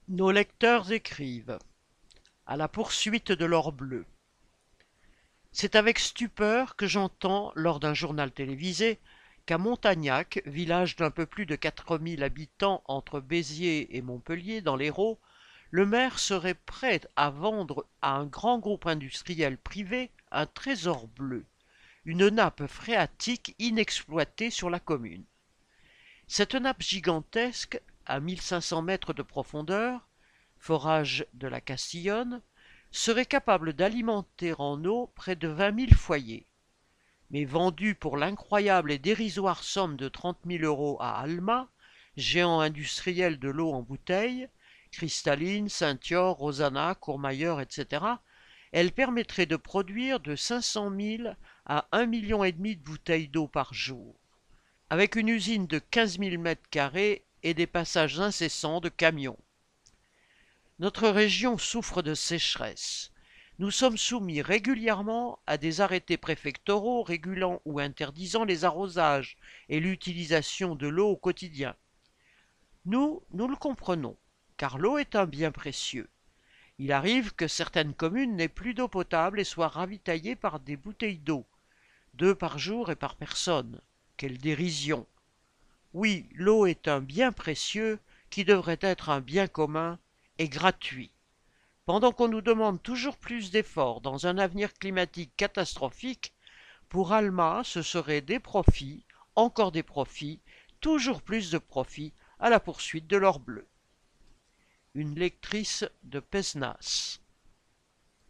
Nos lecteurs écrivent à la poursuite de l'or bleu. C'est avec stupeur que j'entends, lors d'un journal télévisé, qu'à Montagnac, village d'un peu plus de 4000 habitants entre Béziers et Montpellier dans l'Hérault, le maire serait prêt à vendre à un grand groupe industriel privé un trésor bleu, une nappe phréatique inexploitée sur la commune. Cette nappe gigantesque, à 1500 mètres de profondeur, forage de la Castillonne, serait capable d'alimenter en eau près de 20 000 foyers. Mais vendue pour l'incroyable et dérisoire somme de 30 000 € à Alma, géant industriel de l'eau en bouteille, Cristalline, Saint-Yor, Rosanna, Courmayeur, etc., elle permettrait de produire de 500 000 à 1,5 million de bouteilles d'eau par jour, avec une usine de 15 000 mètres carrés et des passages incessants de camions. Notre région souffre de sécheresse. Nous sommes soumis régulièrement à des arrêtés préfectoraux régulant ou interdisant les arrosages et l'utilisation de l'eau au quotidien. Nous le comprenons, car l'eau est un bien précieux. Il arrive que certaines communes n'aient plus d'eau potable et soient ravitaillées par des bouteilles d'eau, 2 par jour et par personne. Quelle dérision! Oui, l'eau est un bien précieux qui devrait être un bien commun et gratuit. Pendant qu'on nous demande toujours plus d'efforts dans un avenir climatique catastrophique, pour Alma, ce seraient des profits, encore des profits, toujours plus de profits à la poursuite de l'or bleu. Une lectrice de Pézenas.